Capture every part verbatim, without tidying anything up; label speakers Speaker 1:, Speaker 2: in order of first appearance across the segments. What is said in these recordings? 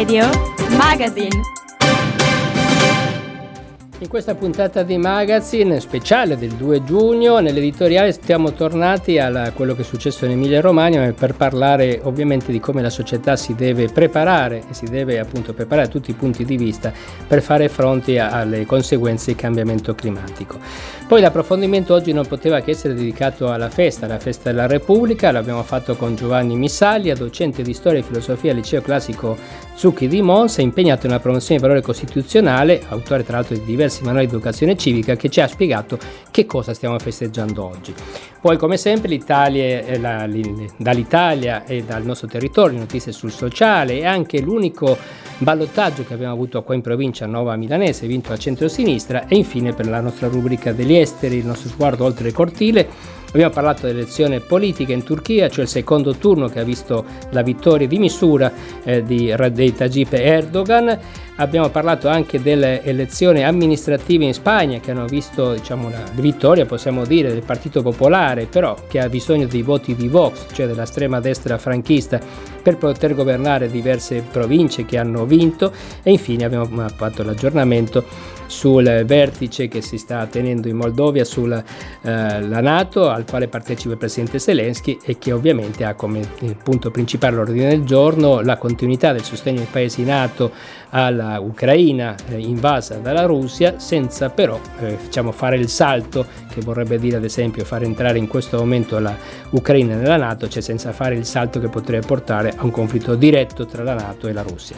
Speaker 1: Radio Magazine.
Speaker 2: In questa puntata di Magazine speciale del due giugno, nell'editoriale siamo tornati a quello che è successo in Emilia-Romagna per parlare ovviamente di come la società si deve preparare e si deve appunto preparare a tutti i punti di vista per fare fronte alle conseguenze del cambiamento climatico. Poi l'approfondimento oggi non poteva che essere dedicato alla festa, alla festa della Repubblica. L'abbiamo fatto con Giovanni Missaglia, docente di storia e filosofia al liceo classico Zucchi di Monza, impegnato nella promozione del valore costituzionale, autore tra l'altro di diversi manuali di educazione civica, che ci ha spiegato che cosa stiamo festeggiando oggi. Poi come sempre l'Italia, eh, la, dall'Italia e dal nostro territorio, notizie sul sociale e anche l'unico ballottaggio che abbiamo avuto qua in provincia, Nova Milanese, vinto a centrosinistra, e infine per la nostra rubrica degli esteri, il nostro sguardo oltre il cortile. Abbiamo parlato dell'elezione politica in Turchia, cioè il secondo turno che ha visto la vittoria di misura eh, di Recep Tayyip Erdogan. Abbiamo parlato anche delle elezioni amministrative in Spagna che hanno visto, diciamo, la vittoria, possiamo dire, del Partito Popolare, però che ha bisogno dei voti di Vox, cioè dell'estrema destra franchista, per poter governare diverse province che hanno vinto. E infine abbiamo fatto l'aggiornamento sul vertice che si sta tenendo in Moldova sulla eh, la NATO, al quale partecipa il presidente Zelensky e che ovviamente ha come punto principale all'ordine del giorno la continuità del sostegno ai paesi NATO alla Ucraina eh, invasa dalla Russia, senza però eh, diciamo fare il salto che vorrebbe dire ad esempio far entrare in questo momento la Ucraina nella NATO, cioè senza fare il salto che potrebbe portare a un conflitto diretto tra la NATO e la Russia.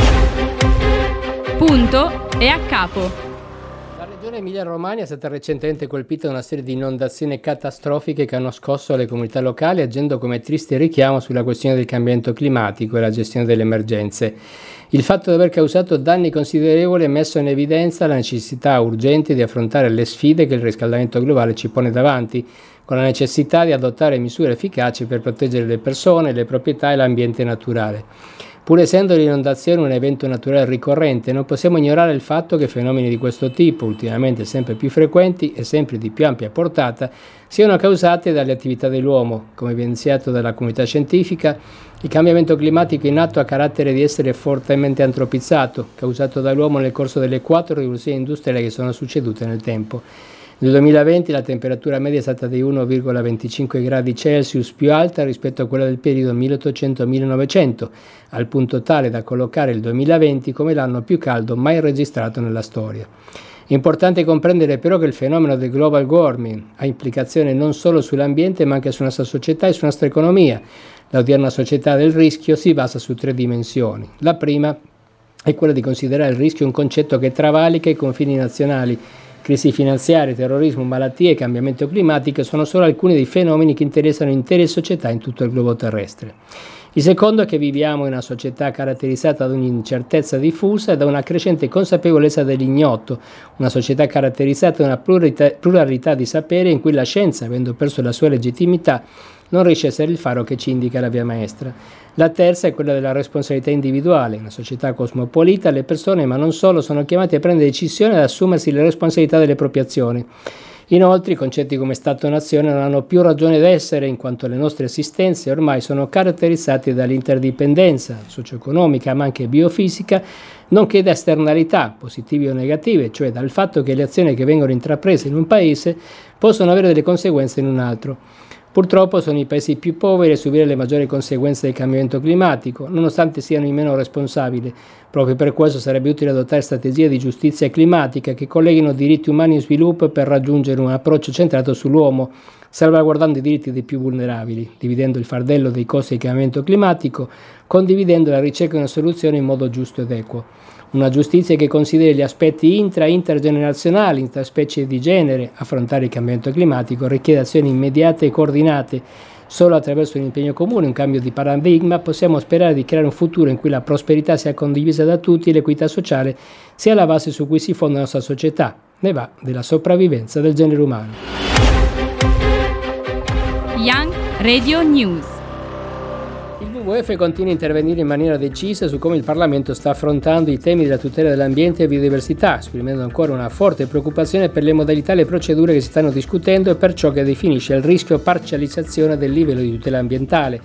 Speaker 1: Punto e a capo.
Speaker 2: La regione Emilia-Romagna è stata recentemente colpita da una serie di inondazioni catastrofiche che hanno scosso le comunità locali, agendo come triste richiamo sulla questione del cambiamento climatico e la gestione delle emergenze. Il fatto di aver causato danni considerevoli ha messo in evidenza la necessità urgente di affrontare le sfide che il riscaldamento globale ci pone davanti, con la necessità di adottare misure efficaci per proteggere le persone, le proprietà e l'ambiente naturale. Pur essendo l'inondazione un evento naturale ricorrente, non possiamo ignorare il fatto che fenomeni di questo tipo, ultimamente sempre più frequenti e sempre di più ampia portata, siano causati dalle attività dell'uomo. Come evidenziato dalla comunità scientifica, il cambiamento climatico in atto ha carattere di essere fortemente antropizzato, causato dall'uomo nel corso delle quattro rivoluzioni industriali che sono succedute nel tempo. Nel duemilaventi la temperatura media è stata di uno virgola venticinque gradi Celsius più alta rispetto a quella del periodo milleottocento millenovecento, al punto tale da collocare il duemilaventi come l'anno più caldo mai registrato nella storia. È importante comprendere però che il fenomeno del global warming ha implicazioni non solo sull'ambiente ma anche sulla nostra società e sulla nostra economia. L'odierna società del rischio si basa su tre dimensioni. La prima è quella di considerare il rischio un concetto che travalica i confini nazionali. Crisi finanziarie, terrorismo, malattie e cambiamento climatico sono solo alcuni dei fenomeni che interessano intere società in tutto il globo terrestre. Il secondo è che viviamo in una società caratterizzata da un'incertezza diffusa e da una crescente consapevolezza dell'ignoto, una società caratterizzata da una pluralità, pluralità di saperi in cui la scienza, avendo perso la sua legittimità, non riesce a essere il faro che ci indica la via maestra. La terza è quella della responsabilità individuale. In una società cosmopolita le persone, ma non solo, sono chiamate a prendere decisioni e ad assumersi le responsabilità delle proprie azioni. Inoltre i concetti come Stato-Nazione non hanno più ragione d'essere, in quanto le nostre esistenze ormai sono caratterizzate dall'interdipendenza socio-economica ma anche biofisica, nonché da esternalità, positive o negative, cioè dal fatto che le azioni che vengono intraprese in un paese possono avere delle conseguenze in un altro. Purtroppo sono i paesi più poveri a subire le maggiori conseguenze del cambiamento climatico, nonostante siano i meno responsabili. Proprio per questo sarebbe utile adottare strategie di giustizia climatica che colleghino diritti umani e sviluppo per raggiungere un approccio centrato sull'uomo, salvaguardando i diritti dei più vulnerabili, dividendo il fardello dei costi del cambiamento climatico, condividendo la ricerca di una soluzione in modo giusto ed equo. Una giustizia che consideri gli aspetti intra- e intergenerazionali, interspecie di genere. Affrontare il cambiamento climatico richiede azioni immediate e coordinate. Solo attraverso un impegno comune, un cambio di paradigma, possiamo sperare di creare un futuro in cui la prosperità sia condivisa da tutti e l'equità sociale sia la base su cui si fonda la nostra società. Ne va della sopravvivenza del genere umano.
Speaker 1: Young Radio News.
Speaker 2: Il W W F continua a intervenire in maniera decisa su come il Parlamento sta affrontando i temi della tutela dell'ambiente e biodiversità, esprimendo ancora una forte preoccupazione per le modalità e le procedure che si stanno discutendo e per ciò che definisce il rischio parcializzazione del livello di tutela ambientale.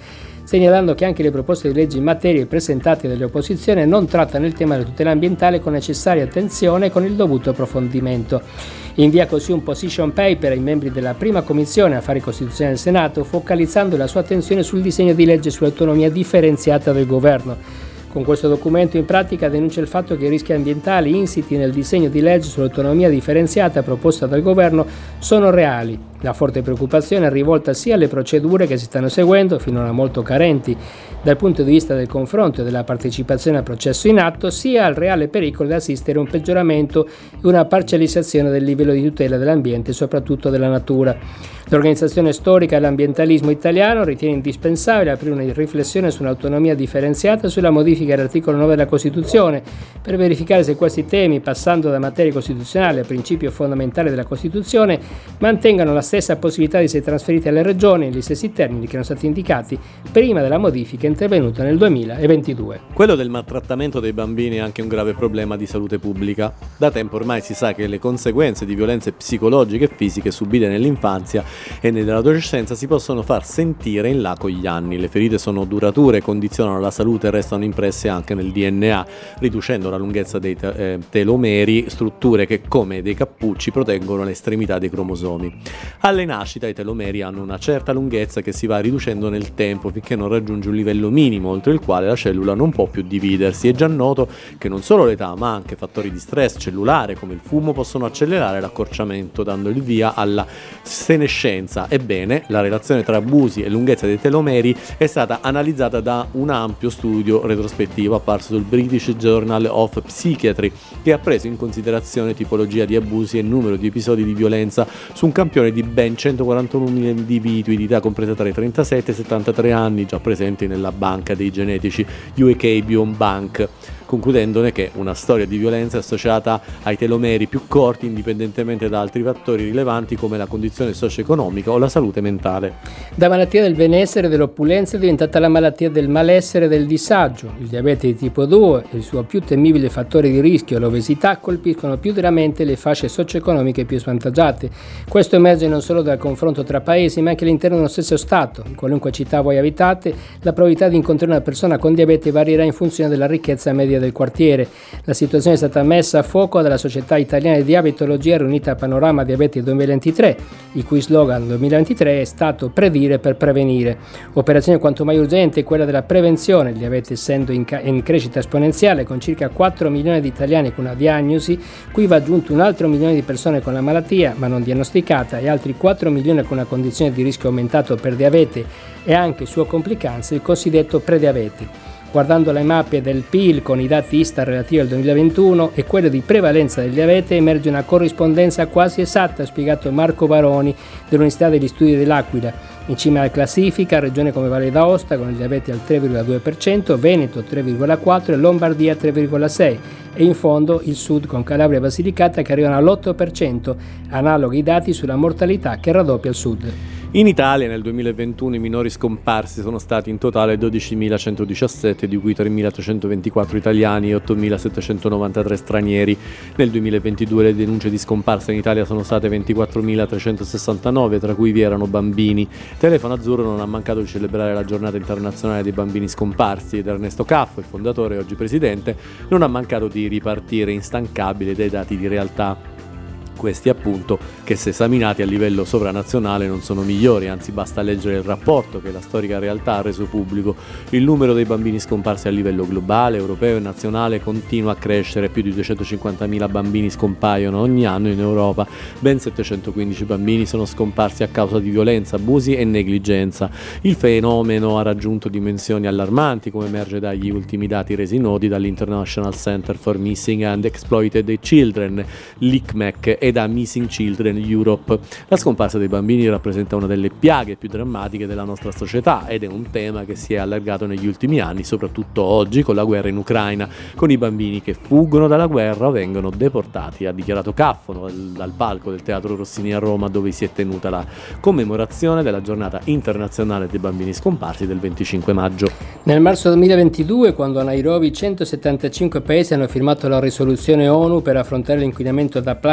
Speaker 2: segnalando che anche le proposte di legge in materia presentate dalle opposizioni non trattano il tema della tutela ambientale con necessaria attenzione e con il dovuto approfondimento. Invia così un position paper ai membri della prima commissione affari costituzionali del Senato, focalizzando la sua attenzione sul disegno di legge sull'autonomia differenziata del governo. Con questo documento in pratica denuncia il fatto che i rischi ambientali insiti nel disegno di legge sull'autonomia differenziata proposta dal governo sono reali. La forte preoccupazione è rivolta sia alle procedure che si stanno seguendo, finora molto carenti dal punto di vista del confronto e della partecipazione al processo in atto, sia al reale pericolo di assistere a un peggioramento e una parcializzazione del livello di tutela dell'ambiente e soprattutto della natura. L'organizzazione storica dell'ambientalismo italiano ritiene indispensabile aprire una riflessione sull'autonomia differenziata e sulla modifica dell'articolo nove della Costituzione per verificare se questi temi, passando da materia costituzionale a principio fondamentale della Costituzione, mantengano la stessa possibilità di essere trasferiti alle regioni negli stessi termini che erano stati indicati prima della modifica intervenuta nel duemilaventidue.
Speaker 3: Quello del maltrattamento dei bambini è anche un grave problema di salute pubblica. Da tempo ormai si sa che le conseguenze di violenze psicologiche e fisiche subite nell'infanzia e nell'adolescenza si possono far sentire in là con gli anni. Le ferite sono durature, condizionano la salute e restano impresse anche nel D N A, riducendo la lunghezza dei te- eh, telomeri, strutture che come dei cappucci proteggono le estremità dei cromosomi. Alle nascita i telomeri hanno una certa lunghezza che si va riducendo nel tempo finché non raggiunge un livello minimo oltre il quale la cellula non può più dividersi. È già noto che non solo l'età ma anche fattori di stress cellulare come il fumo possono accelerare l'accorciamento, dando il via alla senescenza. Ebbene, la relazione tra abusi e lunghezza dei telomeri è stata analizzata da un ampio studio retrospettivo apparso sul British Journal of Psychiatry, che ha preso in considerazione tipologia di abusi e numero di episodi di violenza su un campione di ben centoquarantunomila individui di età compresa tra i trentasette e i settantatré anni, già presenti nella banca dei genetici U K Biobank, concludendone che una storia di violenza è associata ai telomeri più corti indipendentemente da altri fattori rilevanti come la condizione socio-economica o la salute mentale.
Speaker 2: Da malattia del benessere e dell'opulenza è diventata la malattia del malessere e del disagio. Il diabete di tipo due e il suo più temibile fattore di rischio, l'obesità, colpiscono più duramente le fasce socio-economiche più svantaggiate. Questo emerge non solo dal confronto tra paesi ma anche all'interno dello stesso Stato. In qualunque città voi abitate, la probabilità di incontrare una persona con diabete varierà in funzione della ricchezza media del quartiere. La situazione è stata messa a fuoco dalla Società Italiana di Diabetologia riunita a Panorama Diabete duemilaventitré, il cui slogan duemilaventitré è stato predire per prevenire. Operazione quanto mai urgente è quella della prevenzione, il diabete essendo in, ca- in crescita esponenziale con circa quattro milioni di italiani con una diagnosi, cui va aggiunto un altro milione di persone con la malattia ma non diagnosticata e altri quattro milioni con una condizione di rischio aumentato per diabete e anche sue complicanze, il cosiddetto prediabete. Guardando le mappe del P I L con i dati Istat relativi al duemilaventuno e quello di prevalenza del diabete emerge una corrispondenza quasi esatta, ha spiegato Marco Baroni dell'Università degli Studi dell'Aquila. In cima alla classifica regione come Valle d'Aosta con il diabete al tre virgola due per cento, Veneto tre virgola quattro per cento e Lombardia tre virgola sei per cento e in fondo il Sud con Calabria e Basilicata che arrivano all'otto per cento, analoghi dati sulla mortalità che raddoppia il Sud.
Speaker 3: In Italia nel duemilaventuno i minori scomparsi sono stati in totale dodicimilacentodiciassette, di cui tremilatrecentoventiquattro italiani e ottomilasettecentonovantatré stranieri. Nel duemilaventidue le denunce di scomparsa in Italia sono state ventiquattromilatrecentosessantanove, tra cui vi erano bambini. Telefono Azzurro non ha mancato di celebrare la giornata internazionale dei bambini scomparsi ed Ernesto Caffo, il fondatore e oggi presidente, non ha mancato di ripartire instancabile dai dati di realtà. Questi appunto che se esaminati a livello sovranazionale non sono migliori, anzi basta leggere il rapporto che la storica realtà ha reso pubblico. Il numero dei bambini scomparsi a livello globale, europeo e nazionale continua a crescere, più di duecentocinquantamila bambini scompaiono ogni anno in Europa, ben settecentoquindici bambini sono scomparsi a causa di violenza, abusi e negligenza. Il fenomeno ha raggiunto dimensioni allarmanti come emerge dagli ultimi dati resi noti dall'International Center for Missing and Exploited Children, l'I C M E C, e da Missing Children Europe. La scomparsa dei bambini rappresenta una delle piaghe più drammatiche della nostra società ed è un tema che si è allargato negli ultimi anni, soprattutto oggi con la guerra in Ucraina, con i bambini che fuggono dalla guerra o vengono deportati, ha dichiarato Caffo dal palco del Teatro Rossini a Roma, dove si è tenuta la commemorazione della giornata internazionale dei bambini scomparsi del venticinque maggio.
Speaker 2: Nel marzo duemilaventidue, quando a Nairobi centosettantacinque paesi hanno firmato la risoluzione ONU per affrontare l'inquinamento da plastica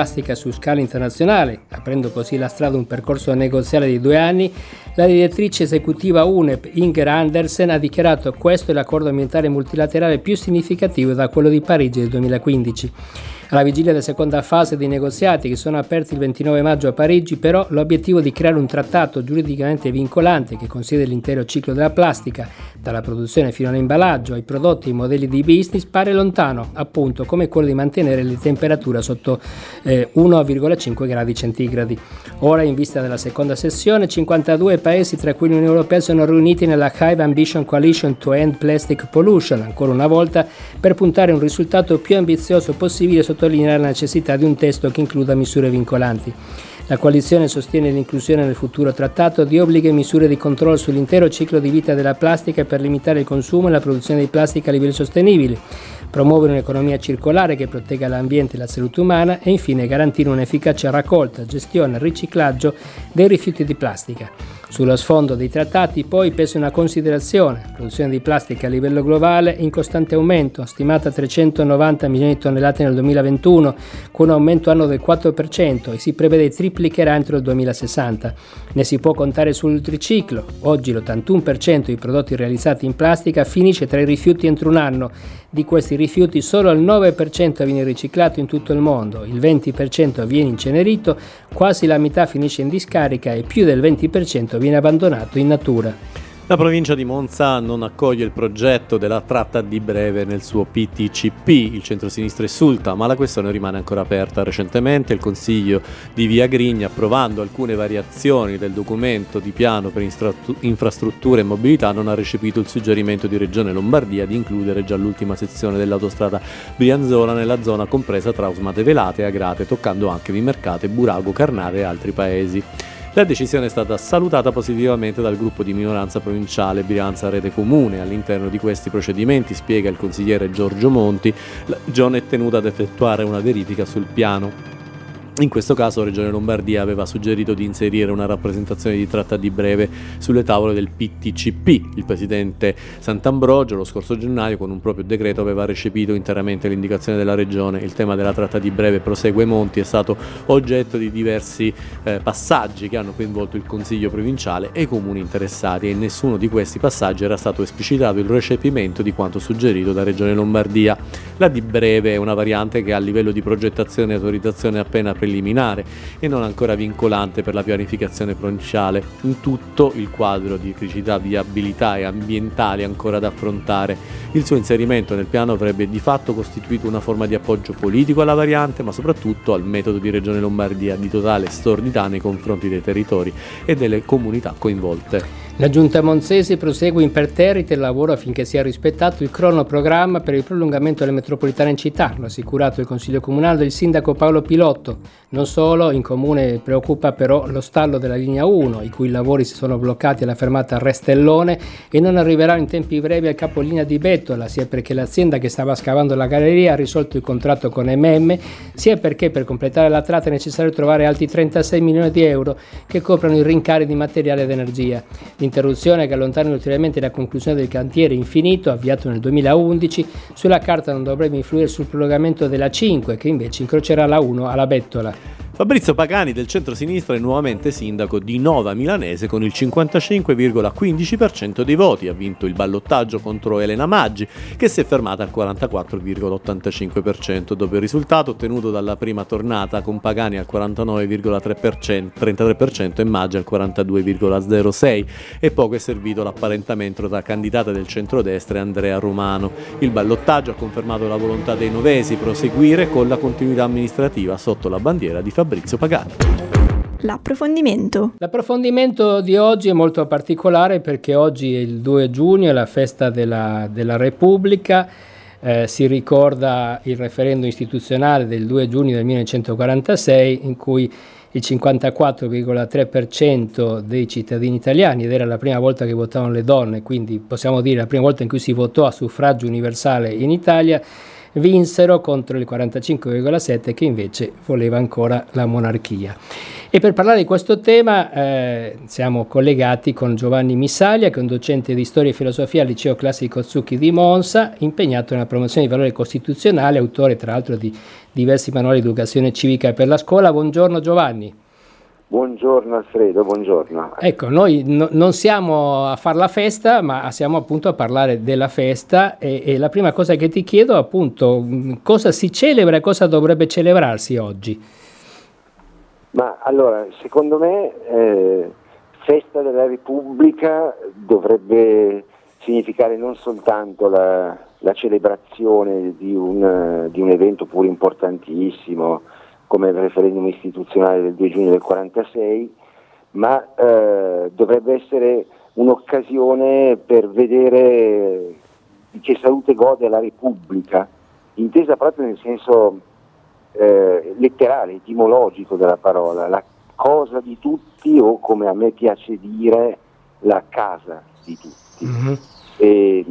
Speaker 2: su scala internazionale, aprendo così la strada a un percorso negoziale di due anni, la direttrice esecutiva U N E P Inger Andersen ha dichiarato che questo è l'accordo ambientale multilaterale più significativo da quello di Parigi del duemilaquindici. Alla vigilia della seconda fase dei negoziati, che sono aperti il ventinove maggio a Parigi, però l'obiettivo di creare un trattato giuridicamente vincolante che consideri l'intero ciclo della plastica, dalla produzione fino all'imballaggio, ai prodotti e ai modelli di business, pare lontano, appunto come quello di mantenere le temperature sotto eh, uno virgola cinque gradi centigradi. Ora, in vista della seconda sessione, cinquantadue paesi, tra cui l'Unione Europea, sono riuniti nella High Ambition Coalition to End Plastic Pollution, ancora una volta per puntare a un risultato più ambizioso possibile, sottolineare la necessità di un testo che includa misure vincolanti. La coalizione sostiene l'inclusione nel futuro trattato di obblighi e misure di controllo sull'intero ciclo di vita della plastica per limitare il consumo e la produzione di plastica a livelli sostenibili, promuovere un'economia circolare che protegga l'ambiente e la salute umana e infine garantire un'efficace raccolta, gestione e riciclaggio dei rifiuti di plastica. Sullo sfondo dei trattati poi pesa una considerazione: la produzione di plastica a livello globale è in costante aumento, stimata a trecentonovanta milioni di tonnellate nel duemilaventuno, con un aumento annuo del quattro per cento e si prevede triplicherà entro il duemilasessanta. Ne si può contare sul riciclo. Oggi l'ottantuno per cento dei prodotti realizzati in plastica finisce tra i rifiuti entro un anno. Di questi rifiuti solo il nove per cento viene riciclato in tutto il mondo, il venti per cento viene incenerito, quasi la metà finisce in discarica e più del venti per cento viene abbandonato in natura.
Speaker 3: La provincia di Monza non accoglie il progetto della tratta di breve nel suo P T C P, il centrosinistra esulta, ma la questione rimane ancora aperta. Recentemente il Consiglio di Via Grigna, approvando alcune variazioni del documento di piano per infrastrutture e mobilità, non ha recepito il suggerimento di Regione Lombardia di includere già l'ultima sezione dell'autostrada Brianzola nella zona compresa tra Usmate Velate e Agrate, toccando anche Vimercate, Burago, Carnare e altri paesi. La decisione è stata salutata positivamente dal gruppo di minoranza provinciale Brianza Rete Comune. All'interno di questi procedimenti, spiega il consigliere Giorgio Monti, la Regione è tenuta ad effettuare una verifica sul piano. In questo caso Regione Lombardia aveva suggerito di inserire una rappresentazione di tratta di breve sulle tavole del P T C P. Il presidente Sant'Ambrogio lo scorso gennaio con un proprio decreto aveva recepito interamente l'indicazione della Regione. Il tema della tratta di breve, prosegue Monti, è stato oggetto di diversi eh, passaggi che hanno coinvolto il Consiglio provinciale e i comuni interessati, e in nessuno di questi passaggi era stato esplicitato il recepimento di quanto suggerito da Regione Lombardia. La di breve è una variante che a livello di progettazione e autorizzazione appena preliminare e non ancora vincolante per la pianificazione provinciale. In tutto il quadro di criticità, viabilità e ambientali ancora da affrontare. Il suo inserimento nel piano avrebbe di fatto costituito una forma di appoggio politico alla variante, ma soprattutto al metodo di Regione Lombardia di totale stordità nei confronti dei territori e delle comunità coinvolte.
Speaker 2: La Giunta Monzese prosegue imperterrite il lavoro affinché sia rispettato il cronoprogramma per il prolungamento delle metropolitane in città, lo ha assicurato il Consiglio Comunale del sindaco Paolo Pilotto. Non solo, in comune preoccupa però lo stallo della linea uno, i cui lavori si sono bloccati alla fermata Restellone e non arriveranno in tempi brevi al capolinea di Bettola, sia perché l'azienda che stava scavando la galleria ha risolto il contratto con M M, sia perché per completare la tratta è necessario trovare altri trentasei milioni di euro che coprano i rincari di materiale ed energia. L'interruzione che allontana ulteriormente la conclusione del cantiere infinito, avviato nel duemilaundici, sulla carta non dovrebbe influire sul prolungamento della cinque, che invece incrocerà la uno alla Bettola.
Speaker 3: Fabrizio Pagani del centro-sinistra è nuovamente sindaco di Nova Milanese con il cinquantacinque virgola quindici per cento dei voti. Ha vinto il ballottaggio contro Elena Maggi, che si è fermata al quarantaquattro virgola ottantacinque per cento. Dopo il risultato ottenuto dalla prima tornata, con Pagani al quarantanove virgola tre per cento, trentatré per cento e Maggi al quarantadue virgola zero sei per cento, e poco è servito l'apparentamento tra candidata del centrodestra e Andrea Romano. Il ballottaggio ha confermato la volontà dei novesi proseguire con la continuità amministrativa sotto la bandiera di Fabrizio Pagani.
Speaker 4: L'approfondimento.
Speaker 2: L'approfondimento di oggi è molto particolare perché oggi è il due giugno, è la festa della, della Repubblica. Eh, si ricorda il referendum istituzionale del due giugno del millenovecentoquarantasei, in cui il cinquantaquattro virgola tre per cento dei cittadini italiani, ed era la prima volta che votavano le donne, quindi possiamo dire la prima volta in cui si votò a suffragio universale in Italia, vinsero contro il quarantacinque virgola sette che invece voleva ancora la monarchia. E per parlare di questo tema eh, siamo collegati con Giovanni Missaglia, che è un docente di storia e filosofia al liceo classico Zucchi di Monza, impegnato nella promozione dei valori costituzionali, autore tra l'altro di diversi manuali di educazione civica per la scuola. Buongiorno Giovanni.
Speaker 4: Buongiorno Alfredo, buongiorno.
Speaker 2: Ecco, noi no, non siamo a far la festa, ma siamo appunto a parlare della festa e, e la prima cosa che ti chiedo appunto cosa si celebra e cosa dovrebbe celebrarsi oggi?
Speaker 4: Ma allora, secondo me eh, festa della Repubblica dovrebbe significare non soltanto la, la celebrazione di un, di un evento pure importantissimo come il referendum istituzionale del due giugno del quarantasei, ma eh, dovrebbe essere un'occasione per vedere di che salute gode la Repubblica, intesa proprio nel senso eh, letterale, etimologico della parola, la cosa di tutti, o come a me piace dire, la casa di tutti. Mm-hmm. E,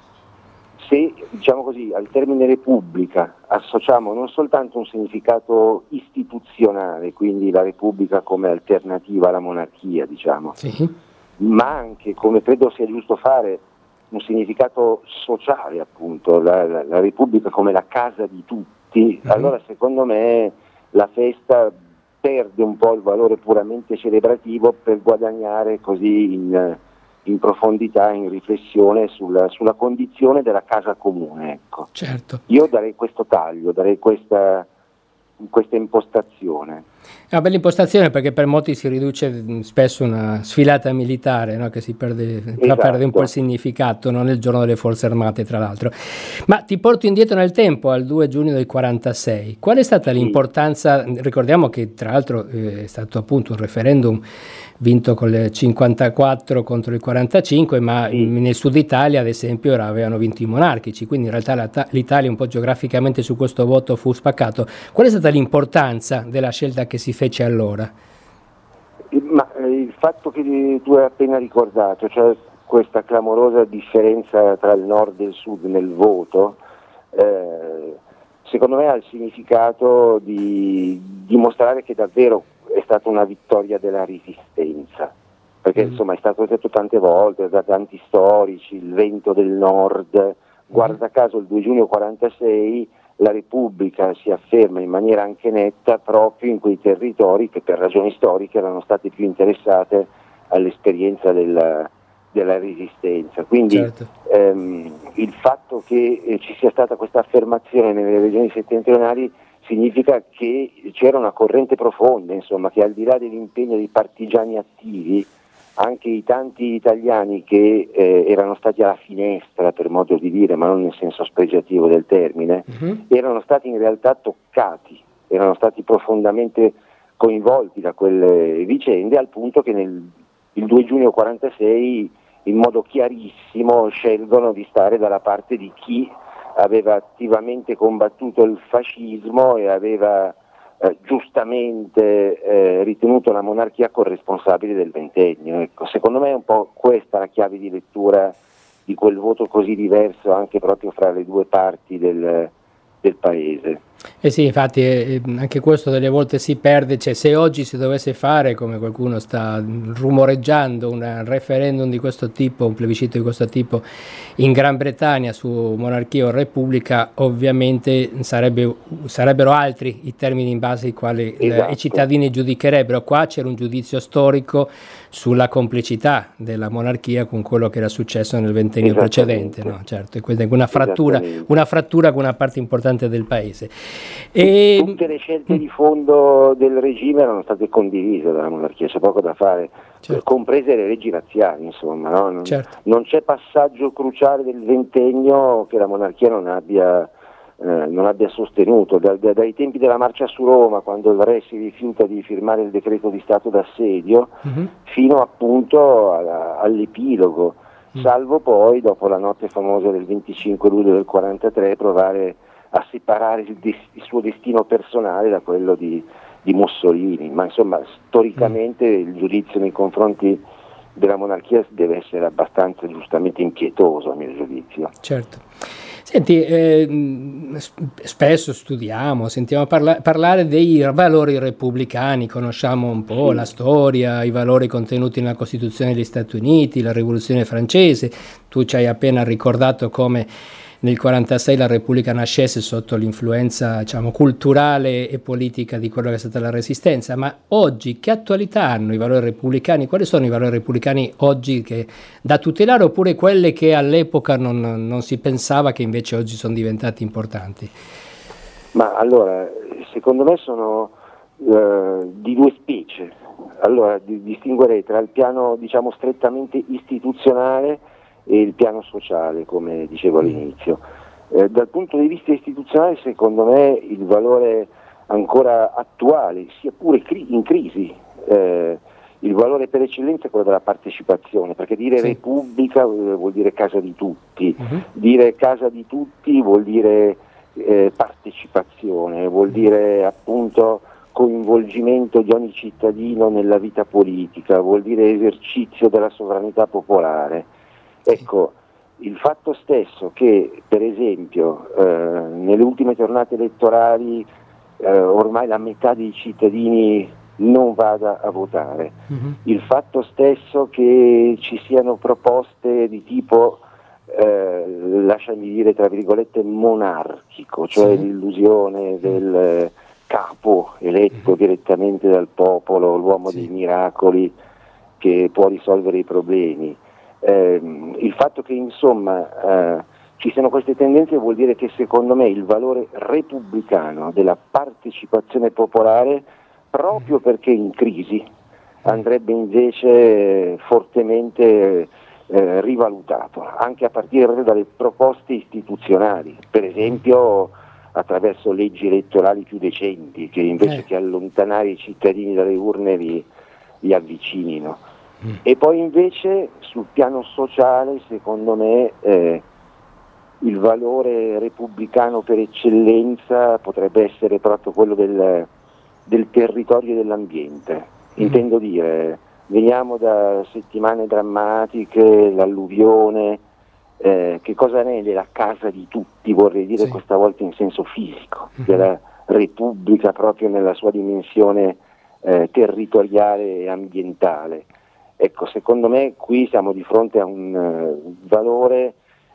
Speaker 4: se, diciamo così, al termine Repubblica associamo non soltanto un significato istituzionale, quindi la Repubblica come alternativa alla monarchia, diciamo, sì, ma anche, come credo sia giusto fare, un significato sociale, appunto, la, la, la Repubblica come la casa di tutti, mm-hmm. allora secondo me la festa perde un po' il valore puramente celebrativo per guadagnare così in... in profondità, in riflessione sulla, sulla condizione della casa comune. Ecco.
Speaker 2: Certo.
Speaker 4: Io darei questo taglio, darei questa, questa impostazione.
Speaker 2: È una bella impostazione perché per molti si riduce spesso una sfilata militare, no? Che si perde, esatto. fa perdere un po' il significato, no? Nel giorno delle forze armate tra l'altro. Ma ti porto indietro nel tempo, al due giugno del quarantasei. Qual è stata sì. l'importanza? Ricordiamo che tra l'altro eh, è stato appunto un referendum vinto con il cinquantaquattro contro il quarantacinque, ma sì. nel sud Italia ad esempio avevano vinto i monarchici, quindi in realtà l'Italia un po' geograficamente su questo voto fu spaccato. Qual è stata l'importanza della scelta che si fece allora?
Speaker 4: Ma eh, il fatto che tu hai appena ricordato, cioè questa clamorosa differenza tra il nord e il sud nel voto, eh, secondo me ha il significato di dimostrare che davvero è stata una vittoria della resistenza, perché mm. insomma è stato detto tante volte da tanti storici, il vento del nord, guarda caso il due giugno quarantasei la Repubblica si afferma in maniera anche netta proprio in quei territori che per ragioni storiche erano state più interessate all'esperienza della, della resistenza. Quindi certo. ehm, il fatto che eh, ci sia stata questa affermazione nelle regioni settentrionali significa che c'era una corrente profonda, insomma, che al di là dell'impegno dei partigiani attivi, anche i tanti italiani che eh, erano stati alla finestra, per modo di dire, ma non nel senso spregiativo del termine, uh-huh. erano stati in realtà toccati, erano stati profondamente coinvolti da quelle vicende, al punto che nel il due giugno quarantasei in modo chiarissimo scelgono di stare dalla parte di chi aveva attivamente combattuto il fascismo e aveva eh, giustamente eh, ritenuto la monarchia corresponsabile del ventennio. Ecco, secondo me è un po' questa la chiave di lettura di quel voto così diverso anche proprio fra le due parti del, del paese.
Speaker 2: Eh sì, infatti eh, anche questo delle volte si perde, cioè se oggi si dovesse fare, come qualcuno sta rumoreggiando, un referendum di questo tipo, un plebiscito di questo tipo in Gran Bretagna su monarchia o repubblica, ovviamente sarebbe, sarebbero altri i termini in base ai quali esatto. i cittadini giudicherebbero. Qua c'era un giudizio storico sulla complicità della monarchia con quello che era successo nel ventennio precedente, no? Certo, e questa è una frattura, una frattura con una parte importante del paese.
Speaker 4: E tutte le scelte di fondo del regime erano state condivise dalla monarchia, c'è poco da fare, certo. comprese le leggi razziali, insomma, no? non, certo. non c'è passaggio cruciale del ventennio che la monarchia non abbia, eh, non abbia sostenuto, da, da, dai tempi della marcia su Roma, quando il re si rifiuta di firmare il decreto di stato d'assedio, uh-huh. fino appunto alla, all'epilogo, uh-huh. salvo poi dopo la notte famosa del venticinque luglio del quarantatré provare a separare il, des- il suo destino personale da quello di, di Mussolini, ma insomma storicamente mm. il giudizio nei confronti della monarchia deve essere abbastanza giustamente impietoso a mio giudizio.
Speaker 2: Certo. Senti, eh, spesso studiamo, sentiamo parla- parlare dei valori repubblicani, conosciamo un po' sì. la storia, i valori contenuti nella Costituzione degli Stati Uniti, la Rivoluzione francese. Tu ci hai appena ricordato come nel quarantasei la Repubblica nascesse sotto l'influenza, diciamo, culturale e politica di quello che è stata la Resistenza, ma oggi che attualità hanno i valori repubblicani? Quali sono i valori repubblicani oggi che da tutelare, oppure quelle che all'epoca non, non si pensava che invece oggi sono diventati importanti?
Speaker 4: Ma allora, secondo me sono uh, di due specie. Allora, di, distinguerei tra il piano, diciamo, strettamente istituzionale e il piano sociale, come dicevo all'inizio. Eh, dal punto di vista istituzionale, secondo me il valore ancora attuale, sia pure cri- in crisi, eh, il valore per eccellenza è quello della partecipazione, perché dire sì. Repubblica eh, vuol dire casa di tutti, uh-huh. dire casa di tutti vuol dire eh, partecipazione, vuol dire appunto coinvolgimento di ogni cittadino nella vita politica, vuol dire esercizio della sovranità popolare. Ecco, il fatto stesso che per esempio eh, nelle ultime tornate elettorali eh, ormai la metà dei cittadini non vada a votare, uh-huh. il fatto stesso che ci siano proposte di tipo, eh, lasciami dire tra virgolette, monarchico, cioè sì. l'illusione del capo eletto uh-huh. direttamente dal popolo, l'uomo sì. dei miracoli che può risolvere i problemi. Eh, il fatto che insomma eh, ci siano queste tendenze vuol dire che secondo me il valore repubblicano della partecipazione popolare, proprio perché in crisi, andrebbe invece fortemente eh, rivalutato, anche a partire dalle proposte istituzionali, per esempio attraverso leggi elettorali più decenti, che invece eh. che allontanare i cittadini dalle urne li, li avvicinino. Mm. E poi invece sul piano sociale, secondo me, eh, il valore repubblicano per eccellenza potrebbe essere proprio quello del, del territorio e dell'ambiente. Mm. Intendo dire, veniamo da settimane drammatiche, l'alluvione, eh, che cosa ne è la casa di tutti, vorrei dire sì. questa volta in senso fisico, mm. della Repubblica proprio nella sua dimensione eh, territoriale e ambientale. Ecco, secondo me qui siamo di fronte a un uh, valore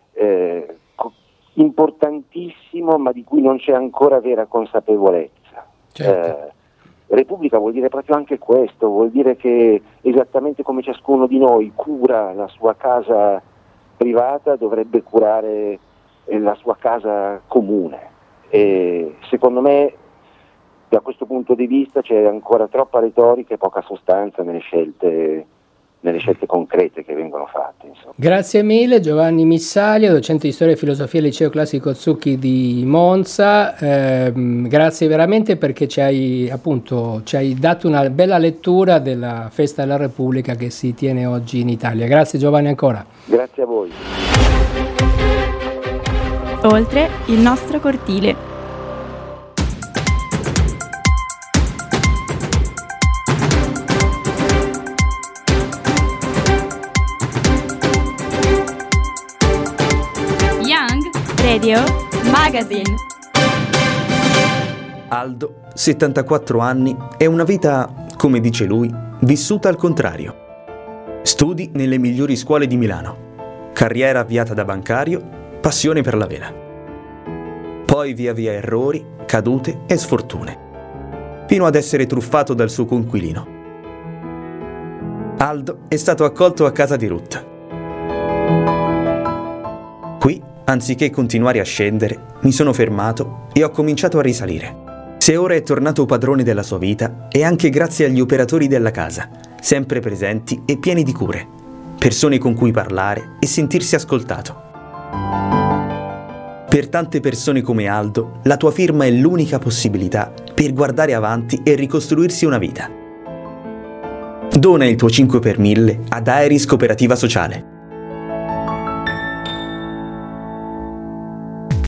Speaker 4: eh, co- importantissimo, ma di cui non c'è ancora vera consapevolezza. Certo. Eh, Repubblica vuol dire proprio anche questo, vuol dire che esattamente come ciascuno di noi cura la sua casa privata, dovrebbe curare eh, la sua casa comune. E secondo me da questo punto di vista c'è ancora troppa retorica e poca sostanza nelle scelte nelle scelte concrete che vengono fatte. Insomma.
Speaker 2: Grazie mille Giovanni Missaglia, docente di storia e filosofia al liceo classico Zucchi di Monza. Eh, grazie veramente perché ci hai appunto ci hai dato una bella lettura della festa della Repubblica che si tiene oggi in Italia. Grazie Giovanni ancora.
Speaker 4: Grazie a voi.
Speaker 1: Oltre il nostro cortile. Radio Magazine.
Speaker 5: Aldo, settantaquattro anni, è una vita, come dice lui, vissuta al contrario. Studi nelle migliori scuole di Milano, carriera avviata da bancario, passione per la vela. Poi via via errori, cadute e sfortune, fino ad essere truffato dal suo coinquilino. Aldo è stato accolto a casa di Ruth. Qui, anziché continuare a scendere, mi sono fermato e ho cominciato a risalire. Se ora è tornato padrone della sua vita, è anche grazie agli operatori della casa, sempre presenti e pieni di cure, persone con cui parlare e sentirsi ascoltato. Per tante persone come Aldo, la tua firma è l'unica possibilità per guardare avanti e ricostruirsi una vita. Dona il tuo cinque per mille ad Aeris Cooperativa Sociale.